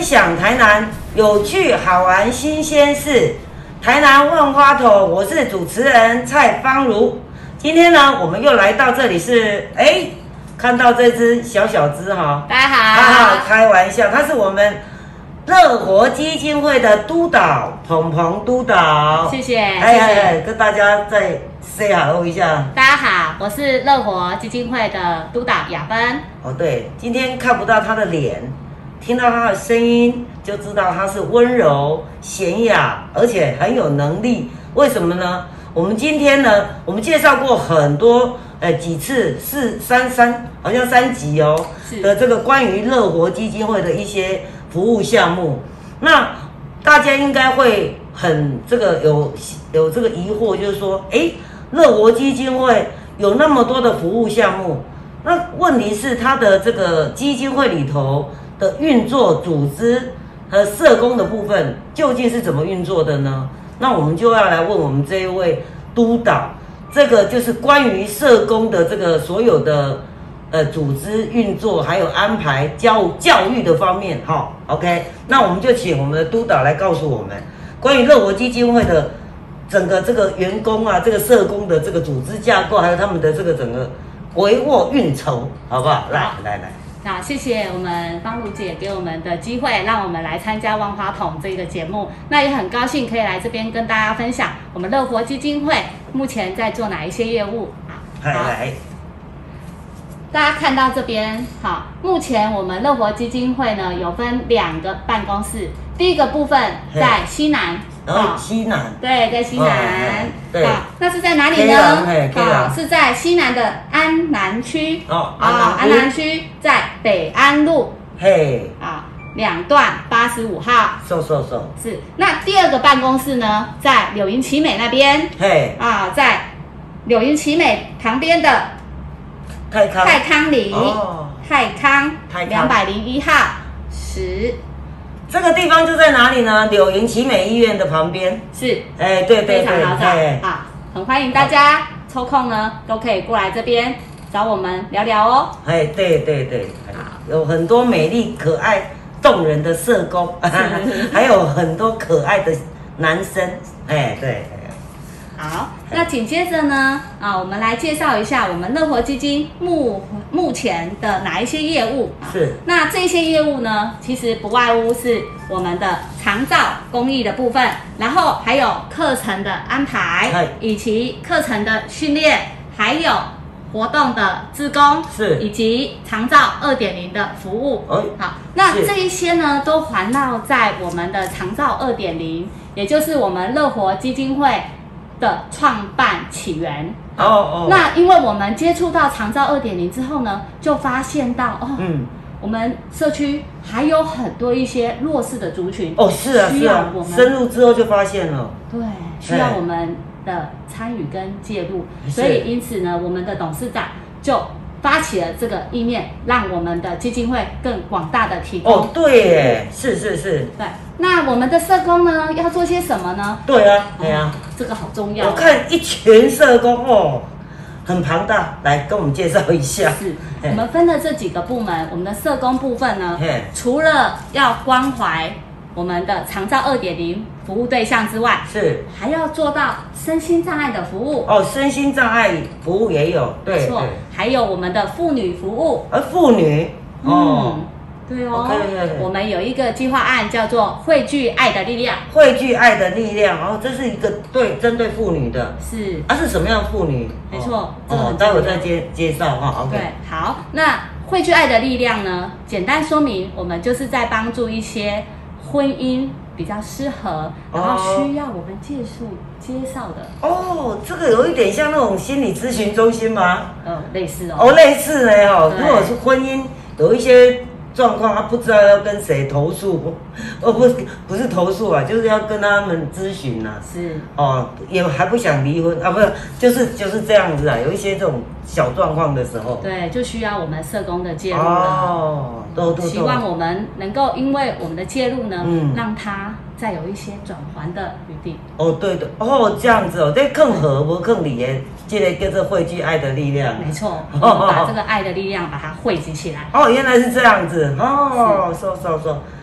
享台南有趣好玩新鲜事。台南万花筒，我是主持人蔡芳如。今天呢，我们又来到这里是，看到这只小只哈， 大家好， 开玩笑，他是我们乐活基金会的督导鹏鹏督导， 谢谢，谢谢， 跟大家再 say hello 一下。 大家好，我是乐活基金会的督导雅芬。 哦，对，今天看不到他的脸，听到他的声音就知道他是温柔娴雅，而且很有能力。为什么呢？我们今天呢，我们介绍过很多几次好像3集哦的这个关于乐活基金会的一些服务项目。那大家应该会很这个有这个疑惑，就是说，乐活基金会有那么多的服务项目，那问题是它的这个基金会里头的运作、组织和社工的部分究竟是怎么运作的呢？那我们就要来问我们这一位督导，这个就是关于社工的这个所有的组织运作还有安排教育的方面。好 ，OK， 那我们就请我们的督导来告诉我们关于乐活基金会的整个这个员工啊，这个社工的这个组织架构，还有他们的这个整个帷幄运筹，好不好？来。 好，谢谢我们芳如姐给我们的机会，让我们来参加万花筒这个节目。那也很高兴可以来这边跟大家分享我们乐活基金会目前在做哪一些业务。好，大家看到这边，好，目前我们乐活基金会呢有分2个办公室，第一个部分在西南。 西南， 对，在西南。 对， 好，那是在哪里呢？好，是在西南的安南区。安南区在北安路。2段85号。是。那第二个办公室呢，在柳营奇美那边。在柳营奇美旁边的泰康里。泰康201号10。 这个地方就在哪里呢？柳营奇美医院的旁边。 是， 对， 非常好找。好，很欢迎大家抽空呢都可以过来这边找我们聊聊哦。 对，有很多美丽、可爱、动人的社工，还有很多可爱的男生。对。 好，那紧接着呢，我们来介绍一下我们乐活基金目前的哪一些业务。 是。 那这些业务呢，其实不外乎是我们的长照公益的部分，然后还有课程的安排，以及课程的训练，还有活动的志工，是，以及长照2.0的服务。好，那这一些呢，都环绕在我们的长照2.0，也就是我们乐活基金会的创办起源。那因为我们接触到长照2.0之后呢，就发现到我们社区还有很多一些弱势的族群。 是啊，深入之后就发现了， 对，需要我们的参与跟介入。所以因此呢，我们的董事长就发起了这个意念，让我们的基金会更广大的提供。 对耶，是。 对，那我们的社工呢，要做些什么呢？ 对啊， 这个好重要。 我看一群社工很庞大，来跟我们介绍一下。 是，我们分了这几个部门，我们的社工部分呢，除了要关怀我们的长照2.0服务对象之外，是还要做到身心障碍的服务。 身心障碍服务也有，对， 没错，还有我们的妇女服务。 妇女， 对哦，我们有一个计划案叫做汇聚爱的力量。汇聚爱的力量，这是一个针对妇女的。 是。 是什么样的妇女？ 没错， 待会再介绍哈。OK。 对，好，那汇聚爱的力量呢？简单说明，我们就是在帮助一些婚姻比较适合，然后需要我们介绍的。 这个有一点像那种心理咨询中心吗？ 类似类似呢如果是婚姻有一些状况，他不知道要跟谁投诉，不是投诉啊，就是要跟他们咨询啊。 是也还不想离婚不是，就是这样子啊。有一些这种小状况的时候， 对，就需要我们社工的介入了。希望我们能够因为我们的介入呢，让他再有一些转圜的余地。 对的，这样子这更合不更理的，这个叫做汇聚爱的力量。 没错，我们把这个爱的力量把它汇集起来。 原来是这样子。说。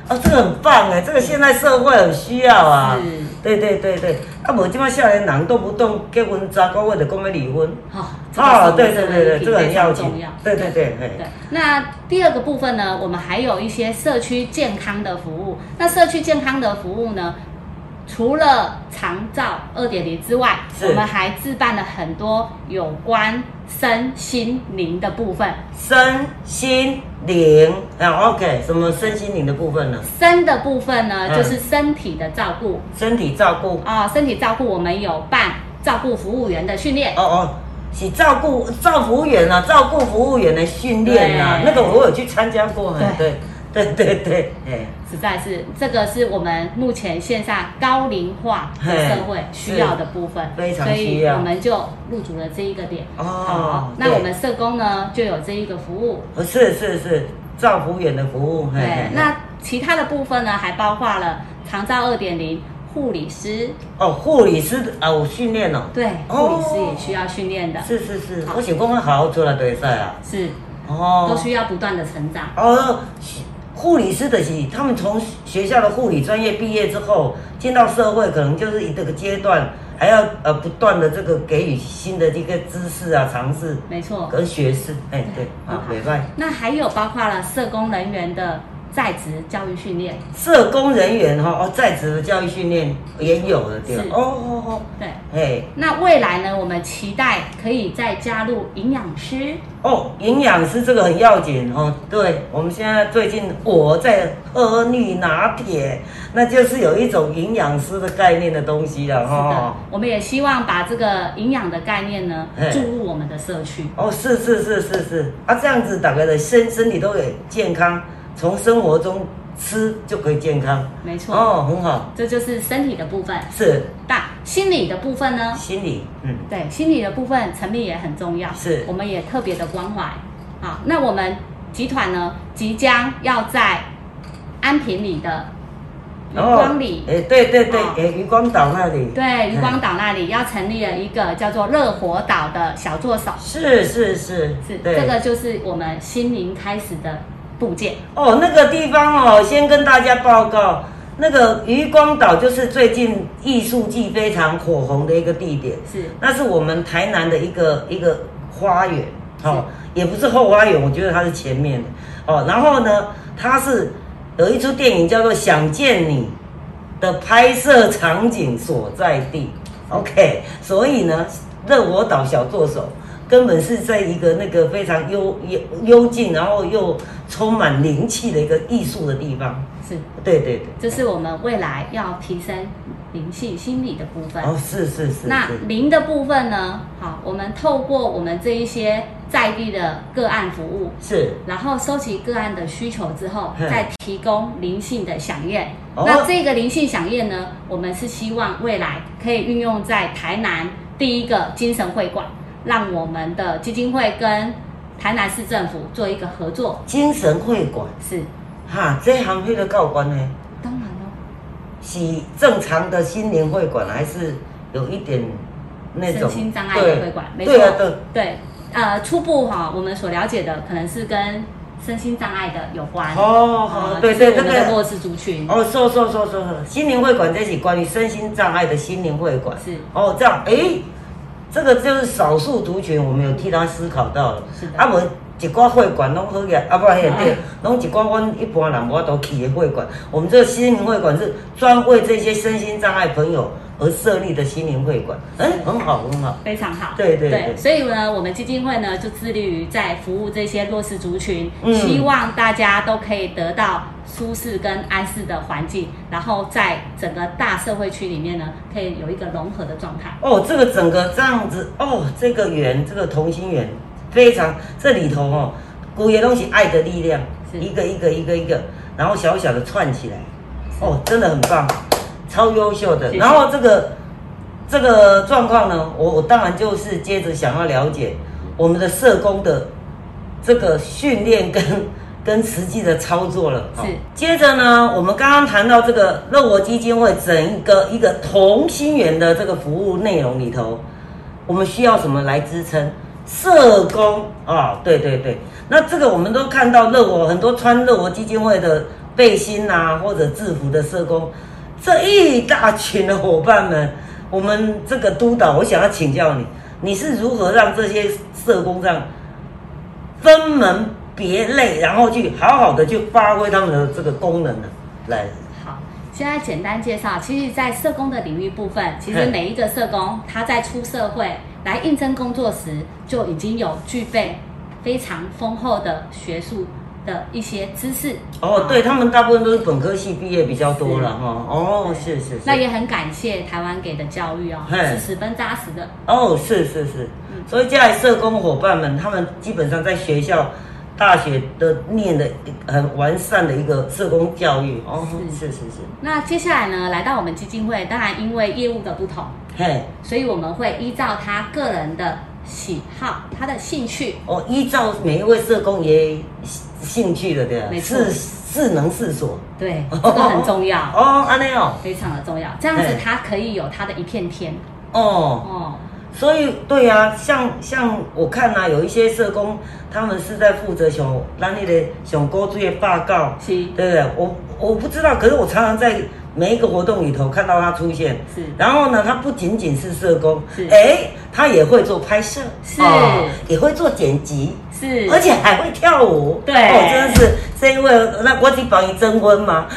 哦，这个很棒哎，这个现在社会很需要啊。对对对对，啊，无即摆少年人动不动结婚3个月就讲要离婚。对对对对，这个很要紧。对对对对。 那第二个部分呢，我们还有一些社区健康的服务。那社区健康的服务呢，除了长照2.0之外，我们还自办了很多有关身心灵的部分。 身心灵，OK， 什么身心灵的部分呢？ 身的部分呢，就是身体的照顾。 身体照顾身体照顾，我们有办照顾服务员的训练。 是照顾服务员啊，照顾服务员的训练啊，那个我有去参加过。对。对对对， 实在是这个是我们目前线上高龄化的社会需要的部分， 非常需要， 所以我们就入主了这一个点。好，那我们社工呢就有这一个服务。 是，照服务员的服务。 对，那其他的部分呢，还包括了长照2.0。护理师护理师有训练哦。 对，护理师也需要训练的。 是，我想讲好好做了对赛啊。 是，都需要不断的成长。 护理师的是他们从学校的护理专业毕业之后，进到社会可能就是这个阶段，还要不断的这个给予新的这个知识啊、尝试。 没错。 跟学识，对，没错。 那还有包括了社工人员的在职教育训练， 社工人员在职的教育训练也有的，对。 对。那未来呢，我们期待可以再加入营养师。 营养师这个很要紧对，我们现在最近我在喝绿拿铁，那就是有一种营养师的概念的东西了是的，我们也希望把这个营养的概念呢注入我们的社区。 是这样子大家的身体都有健康。从生活中吃就可以健康， 没错很好。 这就是身体的部分。 是。 那心理的部分呢？ 心理， 对，心理的部分层面也很重要。 是， 我们也特别的关怀。好，那我们集团呢，即将要在安平里的渔光里， 对，渔光岛那里。 对，渔光岛那里要成立了一个叫做乐活岛的小作手。 是， 这个就是我们心灵开始的部件。 那个地方先跟大家报告，那个渔光岛就是最近艺术季非常火红的一个地点。那是我们台南的一个花园，也不是后花园，我觉得它是前面的然后呢，它是有一出电影叫做《想见你》的拍摄场景所在地。OK， 所以呢，乐活岛小作手根本是在一个那个非常幽静，然后又充满灵气的一个艺术的地方。 是， 对， 这是我们未来要提升灵性心理的部分。 是。 那灵的部分呢？好，我们透过我们这一些在地的个案服务，然后收集个案的需求之后，再提供灵性的响宴。那这个灵性响宴呢，我们是希望未来可以运用在台南第一个精神会馆。让我们的基金会跟台南市政府做一个合作。 精神会馆是， 这行迄个有关呢？ 当然咯， 是正常的心灵会馆，还是有一点那种身心障碍的会馆？没错，对，初步我们所了解的可能是跟身心障碍的有关。对，我们的弱势族群。 心灵会馆这是关于身心障碍的心灵会馆。 是。 这样，这个就是少数族群，我们有替他思考到了。 是的。 无一寡会馆拢好个，不对，拢一寡阮一般人无都去的会馆。我们这个心灵会馆是专为这些身心障碍朋友而设立的心灵会馆。很好， 非常好。 对。 所以呢，我们基金会呢就致力于在服务这些弱势族群，希望大家都可以得到舒适跟安适的环境，然后在整个大社会区里面呢，可以有一个融合的状态。 这个整个这样子，这个园，这个同心圆，非常这里头古也东西爱的力量，一个，然后小小的串起来，真的很棒，超优秀的。然后这个状况呢，我当然就是接着想要了解我们的社工的这个训练跟实际的操作了。接着呢，我们刚刚谈到这个乐活基金会整个一个同心圆的这个服务内容里头，我们需要什么来支撑？社工对，那这个我们都看到很多穿乐活基金会的背心啊或者制服的社工，这一大群的伙伴们，我们这个督导，我想要请教你，你是如何让这些社工这样分门别类，然后去好好的去发挥他们的这个功能呢？来。 现在简单介绍，其实，在社工的领域部分，其实每一个社工他在出社会来应征工作时，就已经有具备非常丰厚的学术的一些知识。 哦，对，他们大部分都是本科系毕业比较多了哈。哦，是。 那也很感谢台湾给的教育哦，是十分扎实的。 哦，是。所以家里社工伙伴们，他们基本上在学校。大学的念的很完善的一个社工教育哦，是。 那接下来呢，来到我们基金会，当然因为业务的不同，所以我们会依照他个人的喜好、他的兴趣哦，依照每一位社工也兴趣的对吧？ 没错， 适能适所， 对，这个很重要哦，安内哦， 非常的重要，这样子他可以有他的一片天哦。所以对啊，像我看啊，有一些社工，他们是在负责咱那个上高追的报告，对不对？我不知道，可是我常常在每一个活动里头看到他出现。 是。 然后呢，他不仅仅是社工，他也会做拍摄，也会做剪辑，而且还会跳舞。 对， 真的是因为那我去帮你征婚吗？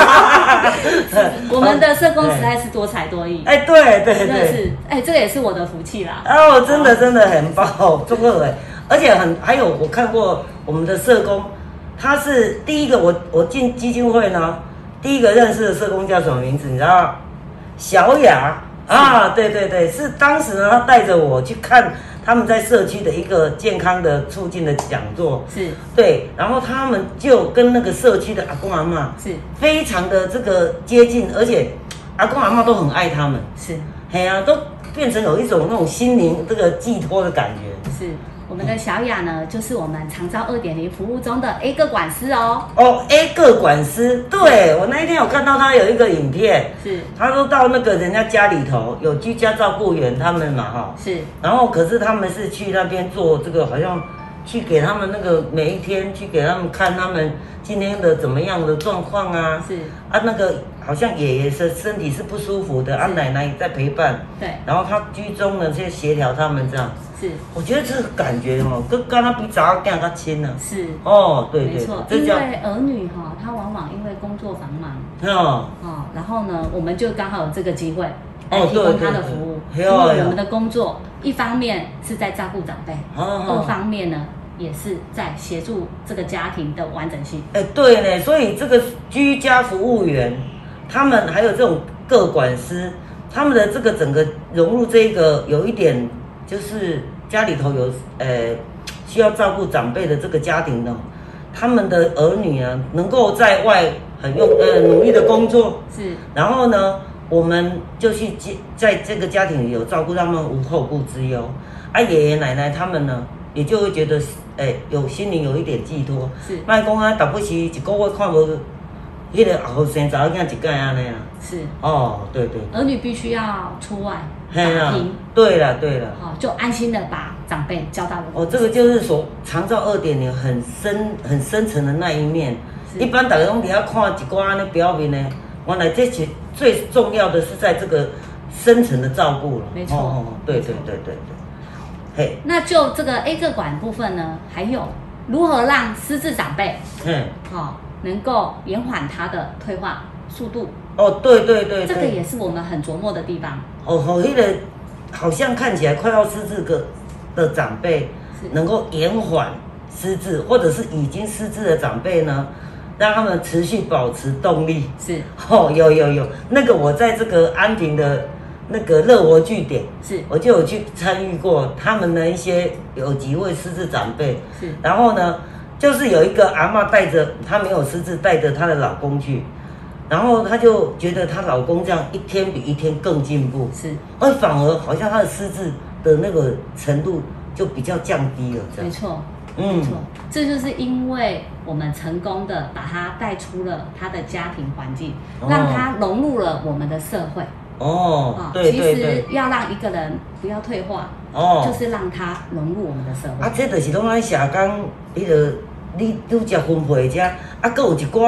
我们的社工实在是多才多艺。 对， 真的是，这个也是我的福气啦。 哦，真的很棒，中二而且还有我看过我们的社工，他是第一个我进基金会呢，第一个认识的社工叫什么名字？你知道？小雅啊，对，是当时呢，他带着我去看他们在社区的一个健康的促进的讲座，对，然后他们就跟那个社区的阿公阿嬷非常的这个接近，而且阿公阿嬷都很爱他们，都变成有一种那种心灵这个寄托的感觉， 我们的小雅呢，就是我们长照2.0服务中的 A 个管师哦。 A 个管师，对，我那一天有看到他有一个影片，他说到那个人家家里头有居家照顾员他们嘛然后可是他们是去那边做这个，好像去给他们那个每一天去给他们看他们今天的怎么样的状况啊，那个好像爷爷是身体是不舒服的，奶奶也在陪伴， 对， 然后他居中呢去协调他们这样。我觉得这个感觉跟刚刚比早更加亲了。对， 没错，因为儿女他往往因为工作繁忙，然后呢，我们就刚好有这个机会来提供他的服务，因为我们的工作一方面是在照顾长辈，二方面呢也是在协助这个家庭的完整性。 对呢，所以这个居家服务员，他们还有这种个管师，他们的这个整个融入这个有一点。就是家里头有需要照顾长辈的这个家庭呢，他们的儿女啊能够在外很努力的工作，然后呢，我们就去在这个家庭里有照顾他们无后顾之忧，爷爷奶奶他们呢也就会觉得有心灵有一点寄托，卖讲啊，打不起一个月看无。那个后生早囝一届安尼啦，对， 儿女必须要出外打拼， 对了， 就安心的把长辈交到了。 这个就是说长照2.0很深层的那一面。一般大家拢底下看一寡那表面呢，原来这些最重要的是在这个深层的照顾了。 没错， 对。 那就这个 A 个管部分呢，还有如何让失智长辈，能够延缓他的退化速度。 对， 这个也是我们很琢磨的地方。 那个好像看起来快要失智的长辈，能够延缓失智，或者是已经失智的长辈呢，让他们持续保持动力。有，那个我在这个安平的那个乐活据点，我就有去参与过他们的有几位失智长辈，然后呢。就是有一个阿嬷带着她没有失智，带着她的老公去，然后她就觉得她老公这样一天比一天更进步，反而好像她的失智的那个程度就比较降低了，这样。 没错，没错，这就是因为我们成功的把他带出了他的家庭环境，让他融入了我们的社会。 对， 其实要让一个人不要退化，就是让他融入我们的社会。 这就是拢咱社工，你愈食分配者，还有一寡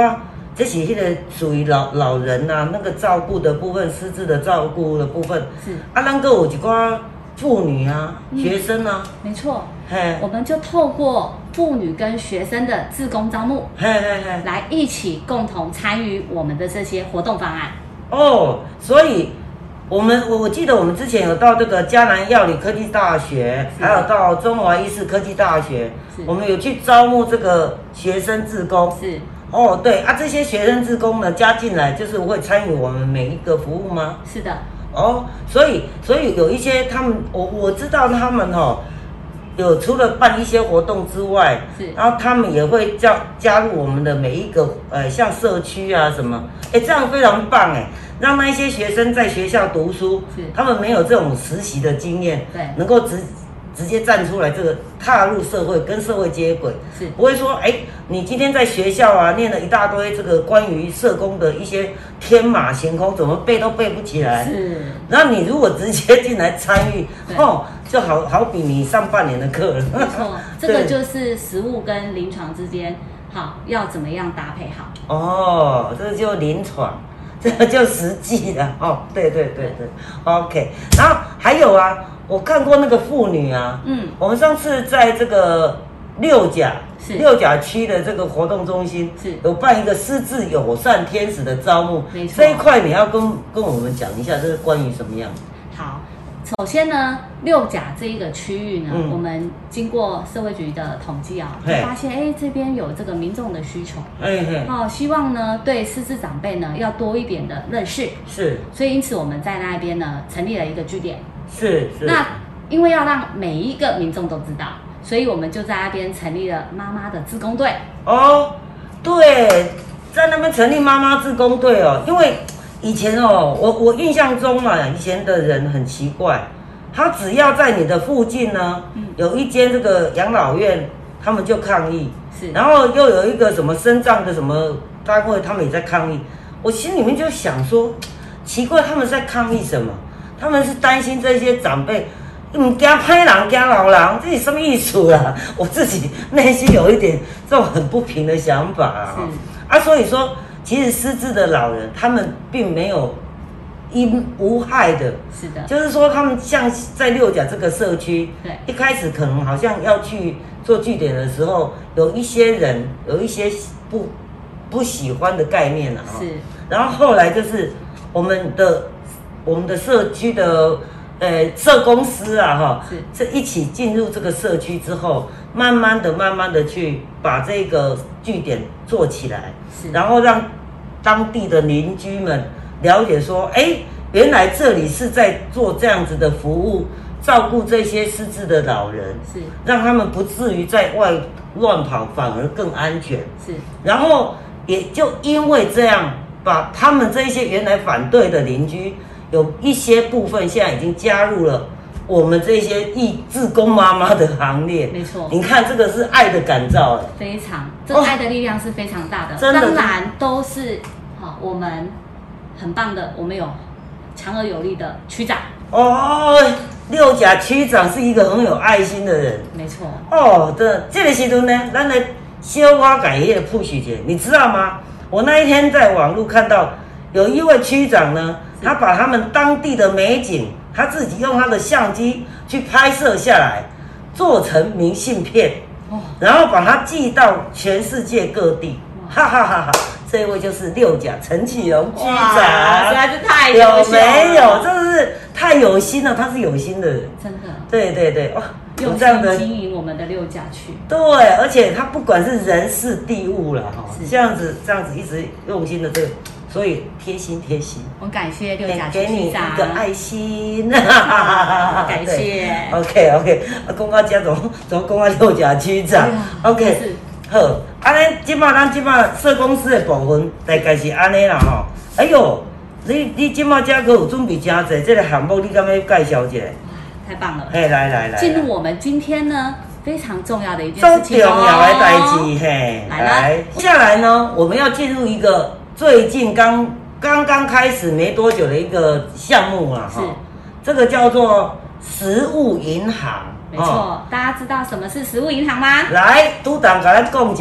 这是那个属于老人啊，那个照顾的部分，师资的照顾的部分。 是啊，咱个有一寡妇女啊，学生啊， 没错。 嘿， 我们就透过妇女跟学生的志工招募，来一起共同参与我们的这些活动方案。 哦，所以我记得我们之前有到这个嘉南药理科技大学，还有到中华医事科技大学，我们有去招募这个学生志工。 是。 哦，对啊，这些学生志工呢加进来，就是会参与我们每一个服务吗？ 是的。 哦，所以有一些他们，我知道他们有除了办一些活动之外，然后他们也会加入我们的每一个像社区啊什么，这样非常棒让那一些学生在学校读书，他们没有这种实习的经验， 对， 能够直接站出来，这个踏入社会，跟社会接轨，是不会说，你今天在学校啊念了一大堆这个关于社工的一些天马行空，怎么背都背不起来。是，然后你如果直接进来参与，就好比你上半年的课了。 没错，这个就是实务跟临床之间，要怎么样搭配好？ 哦，这就临床。这个就实际了对，OK。然后还有啊，我看过那个妇女啊，我们上次在这个六甲区的这个活动中心有办一个失智友善天使的招募，这一块你要跟我们讲一下，这是关于什么样？好。 首先呢，六甲这一个区域呢，我们经过社会局的统计啊，就发现这边有这个民众的需求，希望呢对失智长辈呢要多一点的认识，是，所以因此我们在那边呢成立了一个据点，是。那因为要让每一个民众都知道，所以我们就在那边成立了妈妈的志工队。 哦，对，在那边成立妈妈志工队因为。以前我印象中啊，以前的人很奇怪，他只要在你的附近呢，有一间这个养老院，他们就抗议，然后又有一个什么身障的什么单位，他们也在抗议。我心里面就想说，奇怪，他们在抗议什么？他们是担心这些长辈，唔惊歹人，惊老人，这是什么意思啊？我自己内心有一点这种很不平的想法所以说。其实失智的老人，他们并没有无害的，是的，就是说他们像在六甲这个社区，对，一开始可能好像要去做据点的时候，有一些人有一些不喜欢的概念是，然后后来就是我们的社区的社工师这一起进入这个社区之后，慢慢的去把这个据点做起来，然后让当地的邻居们了解说，原来这里是在做这样子的服务，照顾这些失智的老人，是让他们不至于在外乱跑，反而更安全。是，然后也就因为这样，把他们这些原来反对的邻居，有一些部分现在已经加入了我们这些志工妈妈的行列。没错，你看这个是爱的感召， 非常，这个爱的力量是非常大的。当然都是我们很棒的，我们有强而有力的区长。 六甲区长是一个很有爱心的人。没错。这个时候呢，咱来小可改业的 push 一下，你知道吗？我那一天在网络看到有一位区长呢，他把他们当地的美景，他自己用他的相机去拍摄下来，做成明信片，然后把它寄到全世界各地，哈哈哈哈！这位就是六甲陈启荣区长， 实在是太有心了，有没有？真的是太有心了，他是有心的人， 真的。 对， 用这样的经营我们的六甲区。 对，而且他不管是人事地物了这样子一直用心的这个。所以贴心， 我感谢六甲区给你一个爱心， 感谢。 OK， 公告家总公告六甲区长 ，OK， 好，咱即摆社公司的部分大概是安尼啦哎呦，你即摆这个有准备真济，这个项目你敢要介绍一下？ 太棒了！ 来， 进入我们今天呢非常重要的一件事情重要的代志来，接下来呢，我们要进入一个。最近刚刚开始没多久的一个项目是这个叫做食物银行。 没错，大家知道什么是食物银行吗？ 来，督长给咱讲一下，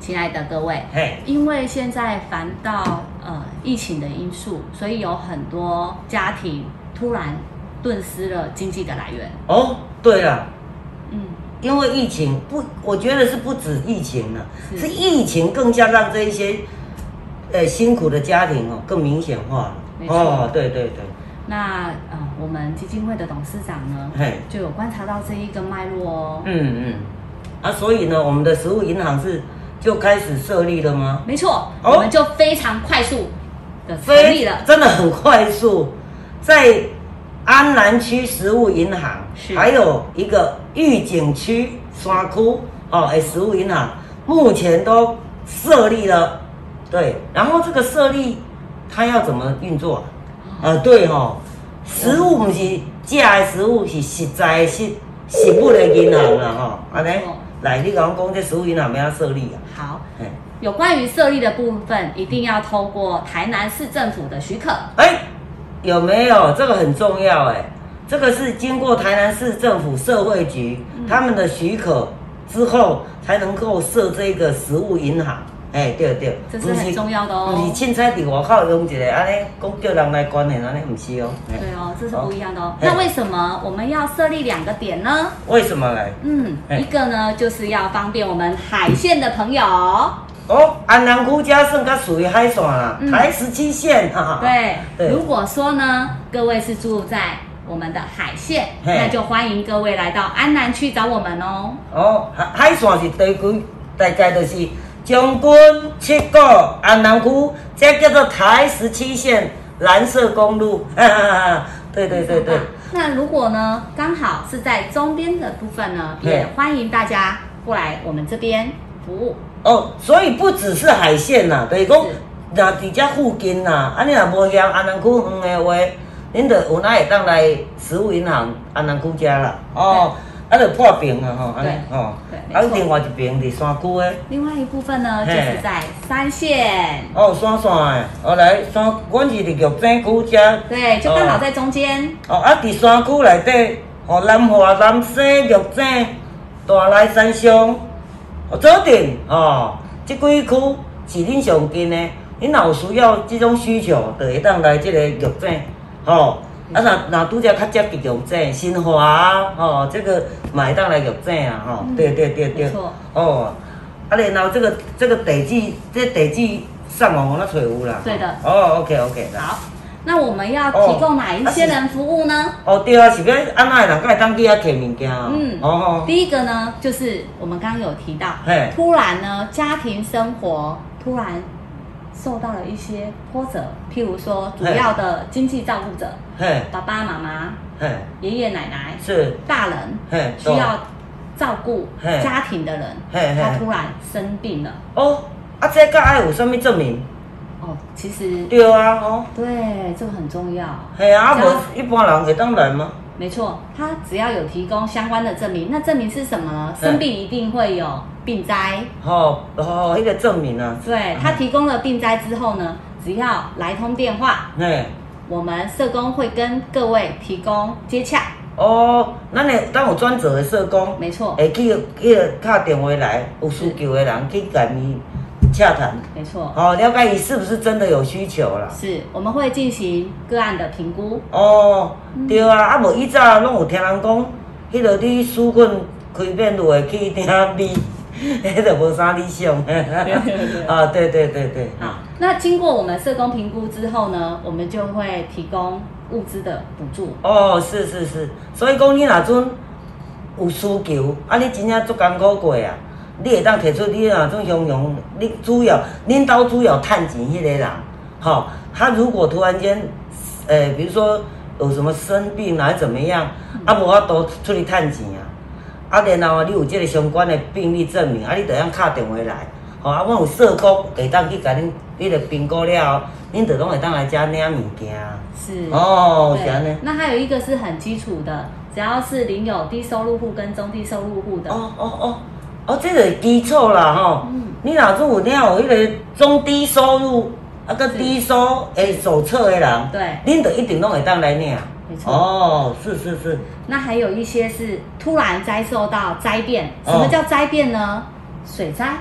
亲爱的各位，因为现在反倒疫情的因素，所以有很多家庭突然顿失了经济的来源。 哦，对了，因为疫情我觉得是不止疫情了，是疫情更加让这一些辛苦的家庭更明显化了。 没错， 对对对。 那我们基金会的董事长呢，就有观察到这一个脉络哦。 所以呢，我们的食物银行就开始设立了吗？ 没错，我们就非常快速的成立了， 真的很快速，在安南区食物银行，还有一个玉井区山区食物银行，目前都设立了。对，然后这个设立它要怎么运作？对食物不是假的食物，是实在的实物的银行啦安尼。来，你跟我讲这食物银行要设立啊？ 好，有关于设立的部分，一定要透过台南市政府的许可。 有没有？这个很重要这个是经过台南市政府社会局他们的许可之后，才能够设这个食物银行。对， 这是很重要的哦。 不是凊彩伫外口用一个安尼讲叫人来管的，安尼不是哦。 对哦，这是不一样的哦。那为什么我们要设立2个点呢？ 为什么嘞？ 一个呢就是要方便我们海线的朋友。 安南区家算较属于海线啦，台17线对，如果说呢，各位是住在我们的海线，那就欢迎各位来到安南区找我们哦。 海线是地区，大概就是将军、七股、安南区，这叫做台17线蓝色公路。对。 那如果呢，刚好是在中边的部分呢，也欢迎大家过来我们这边服务。 所以不只是海线呐，就是讲，若伫这附近呐，你若无嫌安南区远的话，恁就有哪会当来食物银行安南区家啦。就破屏啊对，另外一边伫山区的。 另外一部分呢，就是在3线。 山线的，来山，阮是伫玉井区遮。 对，就刚好在中间。 伫山区内底，南华、南西、玉井、大内、三乡，左镇这几区是恁上近的。恁若有需要这种需求，就会当来这个玉井，若拄则较接近玉井、新华这个买当来玉井啊，对， 没错。 然后这个地址上网我那找有啦。 对的。 OK。 好，那我们要提供哪一些人服务呢？ 对啊，是要安那人才会当去遐摕物件第一个呢，就是我们刚刚有提到，突然呢，家庭生活突然受到了一些波折，譬如说主要的经济照顾者，爸爸妈妈、爷爷奶奶是大人，需要照顾家庭的人，他突然生病了。 这个爱有什么证明？ 其实对啊， 对，这个很重要。 无一般人会当来吗？ 没错，他只要有提供相关的证明，那证明是什么呢？生病一定会有病灾。 那个证明啊。 对，他提供了病灾之后呢，只要来通电话，我们社工会跟各位提供接洽。 咱有专责的社工， 没错， 会去打电话来，有需求的人去跟伊洽谈。 没错， 了解伊是不是真的有需求啦？ 是，我们会进行个案的评估。 对啊，无以前拢有听人讲，迄个你纾困开免路的去听咪，迄个无啥理想。对。 好，那经过我们社工评估之后呢，我们就会提供物资的补助。 是，所以讲你若阵有需求，你真正足艰苦过啊，你会当提出你若种形容，恁兜主要趁钱迄个人，他如果突然间，比如说有什么生病还是怎么样，无法度出去趁钱然后你有这个相关的病历证明，你就要打电话来，阮有社工会当去甲恁个评估了后，恁就拢会当来遮领物件。 是。 是安尼。 那还有一个是很基础的，只要是领有低收入户跟中低收入户的。 这个基础啦你若种有领有迄个中低收入个低收的手册的人， 对， 恁就一定拢会当来领。 没错。 是。 那还有一些是突然遭受到灾变，什么叫灾变呢？水灾、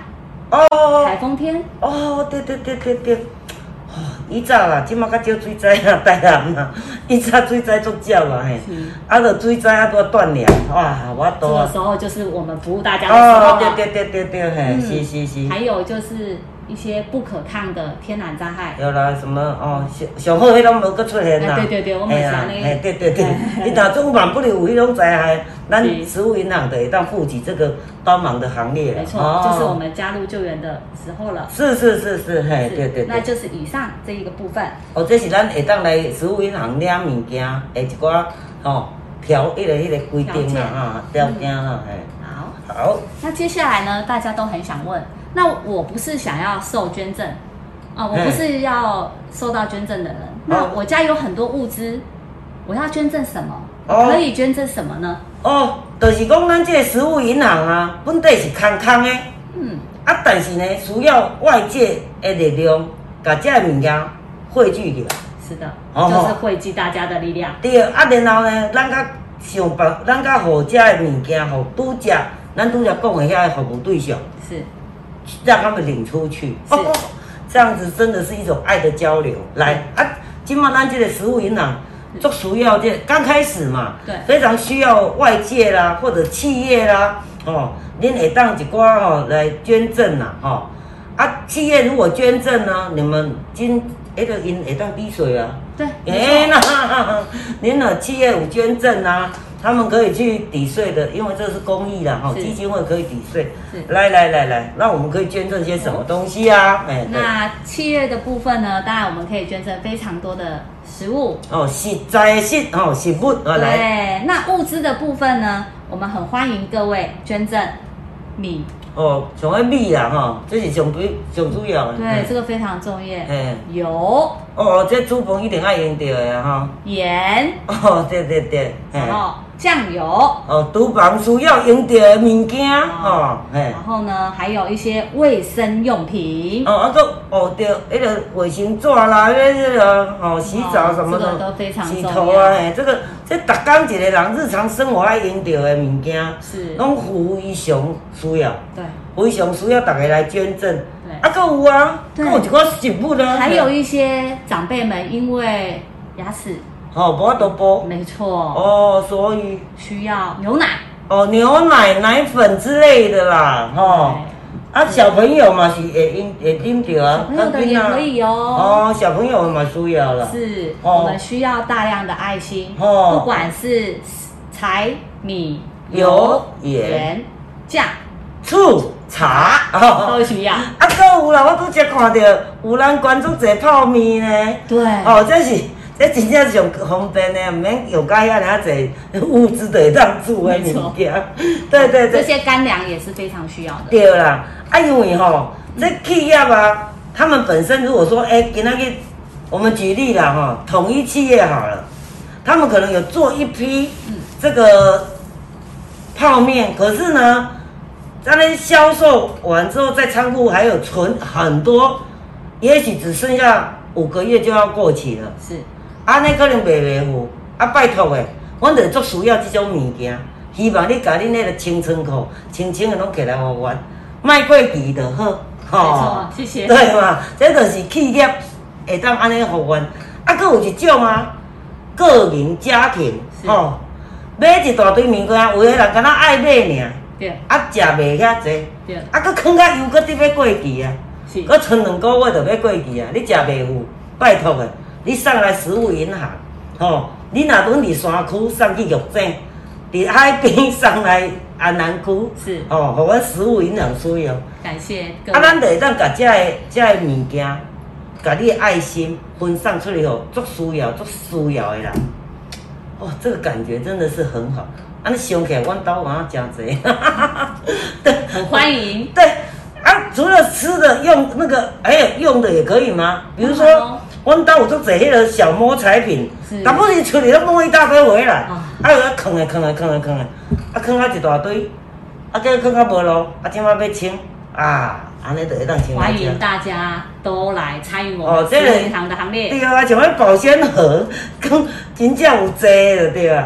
哦， 台风天。 哦，对。哦，以早啦，即马较少水灾啊，台南啦，以早水灾足少啦嘿。啊，着水灾啊，都断粮，哇，我都。 这个时候就是我们服务大家的时候了。 哦，对，嘿，是。 还有就是一些不可抗的天然灾害。 有啦，什么哦，上好迄拢无搁出现啦。 对，我们想那个。 对，你若总万不哩有迄种灾害，咱食物银行就会当负起这个帮忙的行列。 没错，就是我们加入救援的时候了。 是，嘿，对。 那就是以上这一个部分。 哦，这是咱会当来食物银行领物件的一寡条迄个规定啦条件啦，好。 那接下来呢，大家都很想问，那我不是想要受捐赠我不是要受到捐赠的人，那我家有很多物资，我要捐赠什么？可以捐赠什么呢？ 就是讲咱这个食物银行啊，本地是空的，但是呢，需要外界的力量，把这个物件汇聚起来。 是的，就是汇集大家的力量。 对，然后呢，咱甲想办，咱甲互这的物件，互咱拄则讲的遐服务对象， 是让他们领出去。这样子真的是一种爱的交流。来今嘛咱这个食物银行，足需要刚开始嘛， 对， 非常需要外界啦，或者企业啦，恁会当一寡来捐赠啦，企业如果捐赠呢，你们因会当抵税啊。 对， 您的企业有捐赠啊，他们可以去抵税的，因为这是公益啦，基金会可以抵税。来，那我们可以捐赠些什么东西啊？ 那企业的部分呢，当然我们可以捐赠非常多的食物实在的食物对，那物资的部分呢，我们很欢迎各位捐赠米。 像迄米啦，这是上主要的。 对，这个非常重要。油。 这煮饭一定爱用到的哈。 盐。 对。 然后酱油。 厨房需要用到的物件然后呢，还有一些卫生用品。 对，那个卫生纸啦，那个洗澡什么的， 这个都非常重要。 洗头啊，这每天一个人日常生活爱用到的物件， 是， 拢非常需要。 对， 非常需要大家来捐赠。 对， 还有啊，还有一寡食物啊， 还有一些长辈们因为牙齿无法度补， 没错。 所以需要牛奶。 牛奶、奶粉之类的啦，小朋友嘛是会啉到啊， 小朋友的也可以小朋友嘛需要啦。 是，我们需要大量的爱心，不管是柴米油盐酱醋茶都需要。 还有啦，我拄则看到有人捐足侪泡面呢。 对。 这真正上方便的，唔免用到遐尔侪物资就会当煮的物件。对。 这些干粮也是非常需要的。 对啦，因为这企业啊，他们本身如果说，今仔日我们举例啦统一企业好了，他们可能有做一批这个泡面，可是呢，在那销售完之后，在仓库还有存很多，也许只剩下5个月就要过期了。 是。 那可能袂赴拜托的，阮就足需要这种物件，希望你把恁那个清仓库清的拢起来给阮，卖过期就好。 没错，谢谢。 对嘛，这就是企业会当安尼给阮。还有一种啊，个人家庭买一大堆物件，有的人敢若爱买尔， 对， 食袂遐济， 对， 搁放较油，搁得要过期啊，搁剩2个月就要过期啊，你食袂赴，拜托的。你送来食物银行，你若阮伫山区送去玉井，伫海边送来安南区， 是， 互阮食物银行需要。 感谢各位。 咱就会当甲这个物件，甲你的爱心分送出去，足需要的人。这个感觉真的是很好。安尼想起来，阮兜嘛真济， 对，很欢迎。 对，除了吃的用用的也可以吗？比如说。阮兜有足侪迄个小摸彩品，但不是出去拢摸一大堆回来，有咧藏的，藏啊一大堆，叫藏啊无咯，即摆要清安尼就会当清。 欢迎大家都来参与我们食物银行的行列。 对啊，像迄保鲜盒，真正有济的对啊。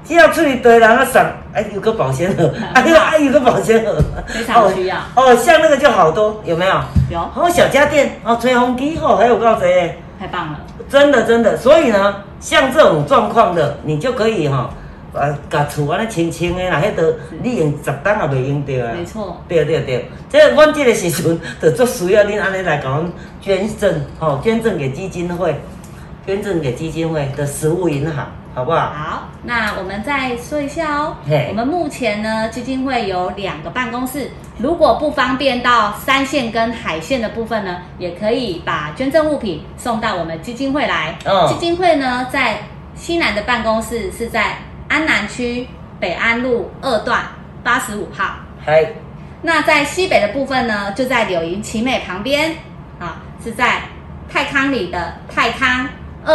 只要出去对人啊送，哎，有个保鲜盒，有个保鲜盒， 非常需要。 像那个就好多，有没有？ 有。 小家电，吹风机还有够多。 太棒了。真的，所以呢，像这种状况的，你就可以把厝安尼清清的啦，迄个你用10担也袂用到啊。 没错。 对，这阮这个时阵就足需要恁安尼来甲阮捐赠，捐赠给基金会，的食物银行，好不好？ 好，那我们再说一下哦。我们目前呢，基金会有2个办公室，如果不方便到山线跟海线的部分呢，也可以把捐赠物品送到我们基金会来。基金会呢，在西南的办公室是在安南区北安路2段85号。那在西北的部分呢，就在柳营奇美旁边是在泰康里的泰康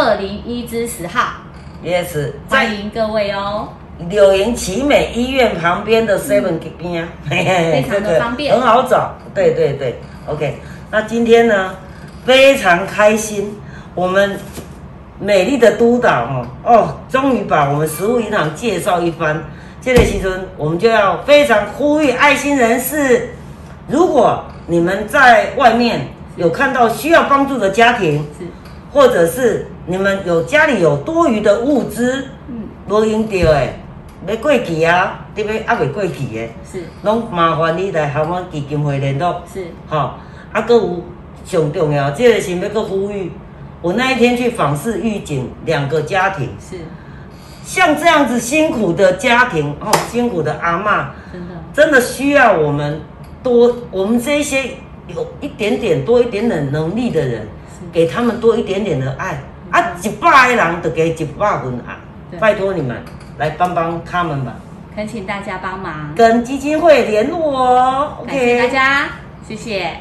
201-10号。 Yes， 欢迎各位哦。 柳营奇美医院旁边的 7 边， 非常的方便， 很好找。对 ，OK。那今天呢，非常开心，我们美丽的督导终于把我们食物银行介绍一番。这个时阵，我们就要非常呼吁爱心人士，如果你们在外面有看到需要帮助的家庭，或者是你们家里有多余的物资，无用到的，要过期啊，特别还未过期的，拢麻烦你来和我们基金会联络。还有上重要，这个是要个呼吁。我那一天去访视预警2个家庭，像这样子辛苦的家庭辛苦的阿嬷，真的需要我们这些有一点点多一点点能力的人，给他们多一点点的爱100个人就给100份爱，拜托你们来帮帮他们吧， 恳请大家帮忙， 跟基金会联络哦。 感谢大家，谢谢。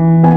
拜。